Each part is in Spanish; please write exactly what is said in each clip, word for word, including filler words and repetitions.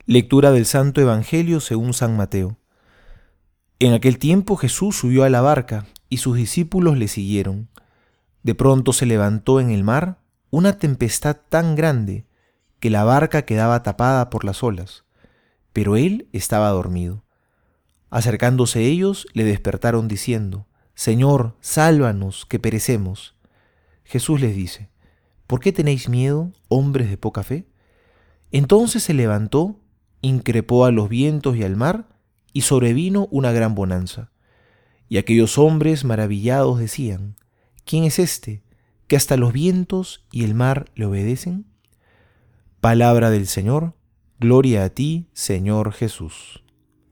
Lectura del Santo Evangelio según San Mateo. En aquel tiempo Jesús subió a la barca y sus discípulos le siguieron. De pronto se levantó en el mar una tempestad tan grande que la barca quedaba tapada por las olas, pero él estaba dormido. Acercándose ellos, le despertaron diciendo: «Señor, sálvanos, que perecemos». Jesús les dice: «¿Por qué tenéis miedo, hombres de poca fe?». Entonces se levantó, increpó a los vientos y al mar, y sobrevino una gran bonanza. Y aquellos hombres maravillados decían: «¿Quién es este, que hasta los vientos y el mar le obedecen?». Palabra del Señor. Gloria a ti, Señor Jesús.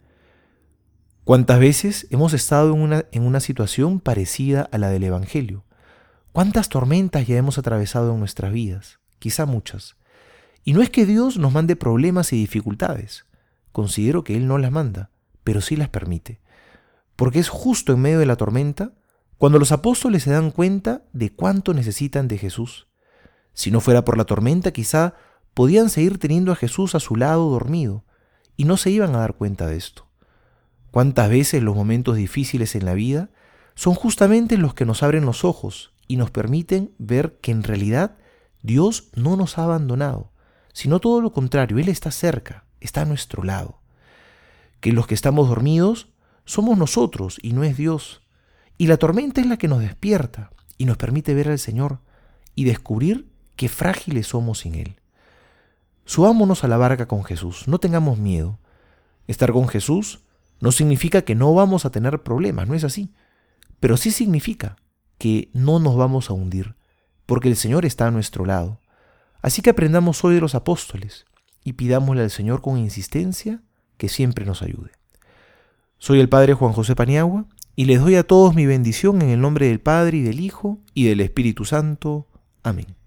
¿Cuántas veces hemos estado en una, en una situación parecida a la del Evangelio? ¿Cuántas tormentas ya hemos atravesado en nuestras vidas? Quizá muchas. Y no es que Dios nos mande problemas y dificultades. Considero que Él no las manda, pero sí las permite. Porque es justo en medio de la tormenta cuando los apóstoles se dan cuenta de cuánto necesitan de Jesús. Si no fuera por la tormenta, quizá podían seguir teniendo a Jesús a su lado dormido y no se iban a dar cuenta de esto. ¿Cuántas veces los momentos difíciles en la vida son justamente los que nos abren los ojos y nos permiten ver que en realidad Dios no nos ha abandonado, sino todo lo contrario, Él está cerca, está a nuestro lado? Que los que estamos dormidos somos nosotros y no es Dios. Y la tormenta es la que nos despierta y nos permite ver al Señor y descubrir qué frágiles somos sin Él. Subámonos a la barca con Jesús, no tengamos miedo. Estar con Jesús no significa que no vamos a tener problemas, no es así. Pero sí significa que no nos vamos a hundir, porque el Señor está a nuestro lado. Así que aprendamos hoy de los apóstoles y pidámosle al Señor con insistencia que siempre nos ayude. Soy el Padre Juan José Paniagua y les doy a todos mi bendición en el nombre del Padre y del Hijo y del Espíritu Santo. Amén.